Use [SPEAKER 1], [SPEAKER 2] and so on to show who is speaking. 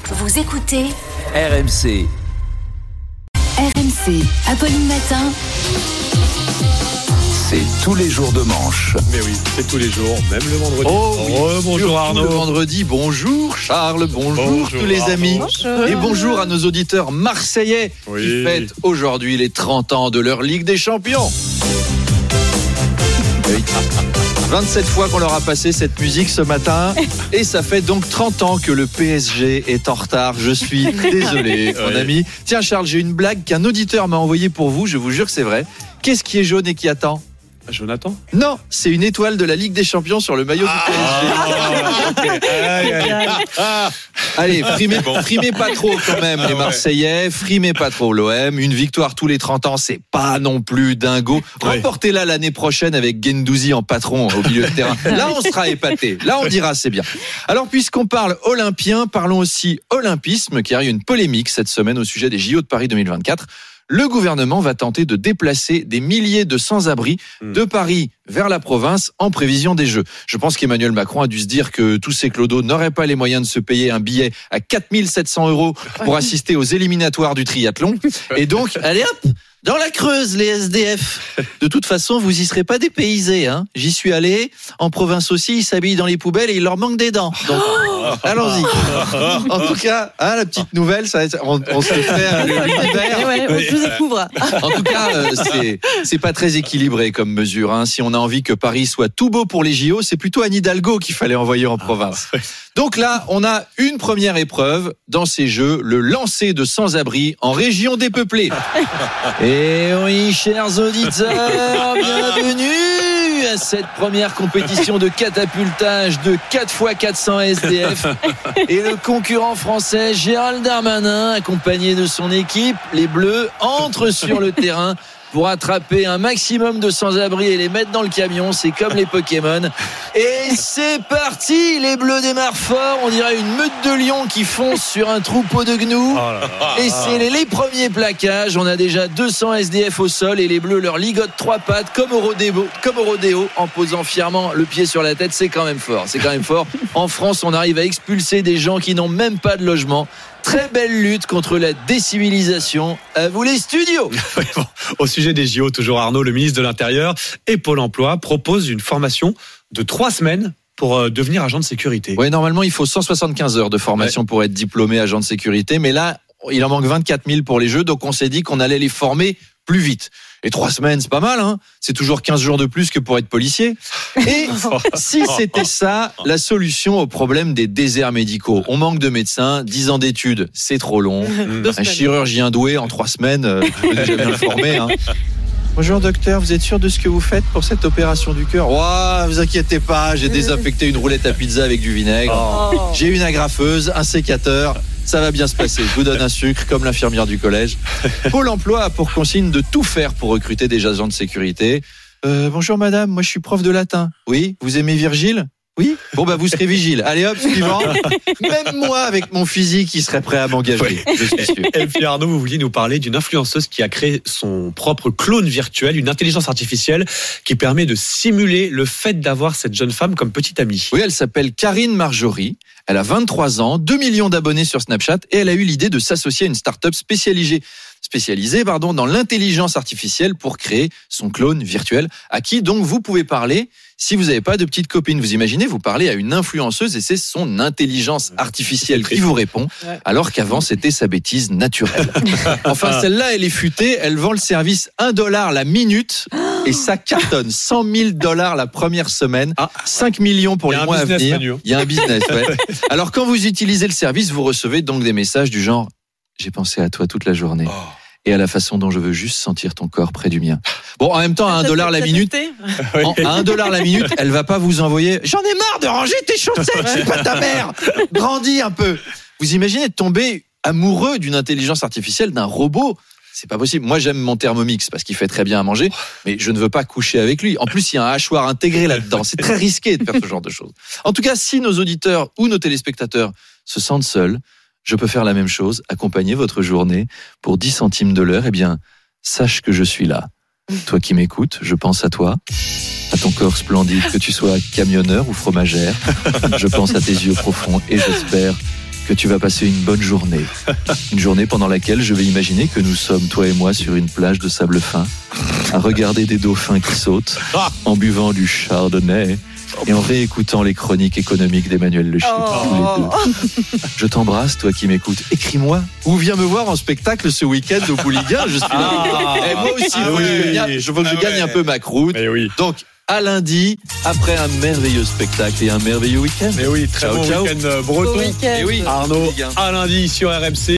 [SPEAKER 1] Vous écoutez
[SPEAKER 2] RMC.
[SPEAKER 1] RMC, Apolline Matin.
[SPEAKER 2] C'est tous les jours de manche.
[SPEAKER 3] Mais oui, c'est tous les jours, même le vendredi.
[SPEAKER 2] Bonjour
[SPEAKER 3] Arnaud.
[SPEAKER 2] Le vendredi, bonjour Charles, bonjour tous les
[SPEAKER 3] Arnaud.
[SPEAKER 2] amis.
[SPEAKER 1] Bonjour.
[SPEAKER 2] Et bonjour à nos auditeurs marseillais
[SPEAKER 3] Oui.
[SPEAKER 2] qui fêtent aujourd'hui les 30 ans de leur Ligue des Champions. Oui. 27 fois qu'on leur a passé cette musique ce matin et ça fait donc 30 ans que le PSG est en retard. Je suis désolé, mon
[SPEAKER 3] Ouais.
[SPEAKER 2] ami. Tiens Charles, j'ai une blague qu'un auditeur m'a envoyée pour vous, je vous jure que c'est vrai. Qu'est-ce qui est jaune et qui attend ?
[SPEAKER 3] Jonathan.
[SPEAKER 2] Non, c'est une étoile de la Ligue des Champions sur le maillot du PSG. Allez, frimez pas trop quand même les Marseillais, frimez pas trop l'OM. Une victoire tous les 30 ans, c'est pas non plus dingo. Remportez-la l'année prochaine avec Guendouzi en patron au milieu de terrain. Là, on sera épaté. Là, on dira c'est bien. Alors, puisqu'on parle olympien, parlons aussi olympisme, car il y a une polémique cette semaine au sujet des JO de Paris 2024. Le gouvernement va tenter de déplacer des milliers de sans-abri de Paris vers la province en prévision des Jeux. Je pense qu'Emmanuel Macron a dû se dire que tous ces clodos n'auraient pas les moyens de se payer un billet à 4 700 € pour assister aux éliminatoires du triathlon. Et donc, allez hop, dans la Creuse, les SDF. De toute façon, vous y serez pas dépaysés, hein. J'y suis allé. En province aussi, ils s'habillent dans les poubelles et il leur manque des dents. Donc, allons-y. En tout cas, hein, la petite nouvelle, on se fait l'univers.
[SPEAKER 4] Je vous découvre.
[SPEAKER 2] En tout cas, c'est pas très équilibré comme mesure, hein. Si on a envie que Paris soit tout beau pour les JO, c'est plutôt Anne Hidalgo qu'il fallait envoyer en province. Donc là, on a une première épreuve dans ces Jeux, le lancer de sans-abri en région dépeuplée. Et oui, chers auditeurs, bienvenue à cette première compétition de catapultage de 4x400 SDF. Et le concurrent français Gérald Darmanin, accompagné de son équipe, les Bleus, entre sur le terrain pour attraper un maximum de sans-abri et les mettre dans le camion. C'est comme les Pokémon. Et c'est parti. Les Bleus démarrent fort. On dirait une meute de lions qui fonce sur un troupeau de gnous. Et c'est les premiers plaquages. On a déjà 200 SDF au sol et les Bleus leur ligotent 3 pattes comme au rodéo en posant fièrement le pied sur la tête. C'est quand même fort. En France, on arrive à expulser des gens qui n'ont même pas de logement. Très belle lutte contre la décivilisation. À vous les studios.
[SPEAKER 3] Au sujet des JO, toujours Arnaud, le ministre de l'Intérieur et Pôle emploi propose une formation de 3 semaines pour devenir agent de sécurité.
[SPEAKER 2] Oui, normalement, il faut 175 heures de formation pour être diplômé agent de sécurité. Mais là, il en manque 24 000 pour les Jeux. Donc, on s'est dit qu'on allait les former plus vite. Et 3 semaines, c'est pas mal, hein. C'est toujours 15 jours de plus que pour être policier. Et si c'était ça, la solution au problème des déserts médicaux. On manque de médecins, 10 ans d'études, c'est trop long. Un chirurgien doué en 3 semaines, je peux déjà bien le former, hein. Bonjour docteur, vous êtes sûr de ce que vous faites pour cette opération du cœur ? Oh, vous inquiétez pas, j'ai désinfecté une roulette à pizza avec du vinaigre. J'ai une agrafeuse, un sécateur. Ça va bien se passer. Je vous donne un sucre comme l'infirmière du collège. Pôle emploi a pour consigne de tout faire pour recruter des agents de sécurité. Bonjour madame, moi je suis prof de latin. Oui, vous aimez Virgile ? Oui. Bon bah vous serez vigile. Allez hop, suivant. Même moi avec mon physique, il serait prêt à m'engager. Je suis sûr.
[SPEAKER 3] Et puis Arnaud, vous vouliez nous parler d'une influenceuse qui a créé son propre clone virtuel, une intelligence artificielle qui permet de simuler le fait d'avoir cette jeune femme comme petite amie.
[SPEAKER 2] Oui, elle s'appelle Karine Marjorie. Elle a 23 ans, 2 millions d'abonnés sur Snapchat et elle a eu l'idée de s'associer à une start-up spécialisée dans l'intelligence artificielle pour créer son clone virtuel à qui donc vous pouvez parler si vous n'avez pas de petite copine. Vous imaginez, vous parlez à une influenceuse et c'est son intelligence artificielle qui vous répond alors qu'avant c'était sa bêtise naturelle. Enfin celle-là elle est futée, elle vend le service $1 la minute et ça cartonne. $100 000 la première semaine, 5 millions pour les mois à venir. Il y a un business, ouais. Alors quand vous utilisez le service, vous recevez donc des messages du genre « J'ai pensé à toi toute la journée ». Et à la façon dont je veux juste sentir ton corps près du mien. Bon, en même temps, à $1 la minute, à $1 la minute, elle va pas vous envoyer. J'en ai marre de ranger tes chaussettes, je suis pas ta mère. Grandis un peu. Vous imaginez de tomber amoureux d'une intelligence artificielle, d'un robot? C'est pas possible. Moi, j'aime mon Thermomix parce qu'il fait très bien à manger, mais je ne veux pas coucher avec lui. En plus, il y a un hachoir intégré là-dedans. C'est très risqué de faire ce genre de choses. En tout cas, si nos auditeurs ou nos téléspectateurs se sentent seuls, je peux faire la même chose, accompagner votre journée pour 10 centimes de l'heure. Eh bien, sache que je suis là. Toi qui m'écoutes, je pense à toi, à ton corps splendide, que tu sois camionneur ou fromagère. Je pense à tes yeux profonds et j'espère que tu vas passer une bonne journée. Une journée pendant laquelle je vais imaginer que nous sommes, toi et moi, sur une plage de sable fin, à regarder des dauphins qui sautent, en buvant du chardonnay et en réécoutant les chroniques économiques d'Emmanuel Le Chip, tous les deux. Je t'embrasse, toi qui m'écoutes. Écris-moi ou viens me voir en spectacle ce week-end au Bouliga. Je suis là. Et moi aussi, je veux que je gagne un peu ma croûte.
[SPEAKER 3] Oui.
[SPEAKER 2] Donc, à lundi, après un merveilleux spectacle et un merveilleux week-end.
[SPEAKER 3] Mais oui, très bon week-end breton.
[SPEAKER 1] Bon week-end.
[SPEAKER 2] Et oui,
[SPEAKER 3] Arnaud,
[SPEAKER 2] Ligue 1.
[SPEAKER 3] à lundi sur RMC.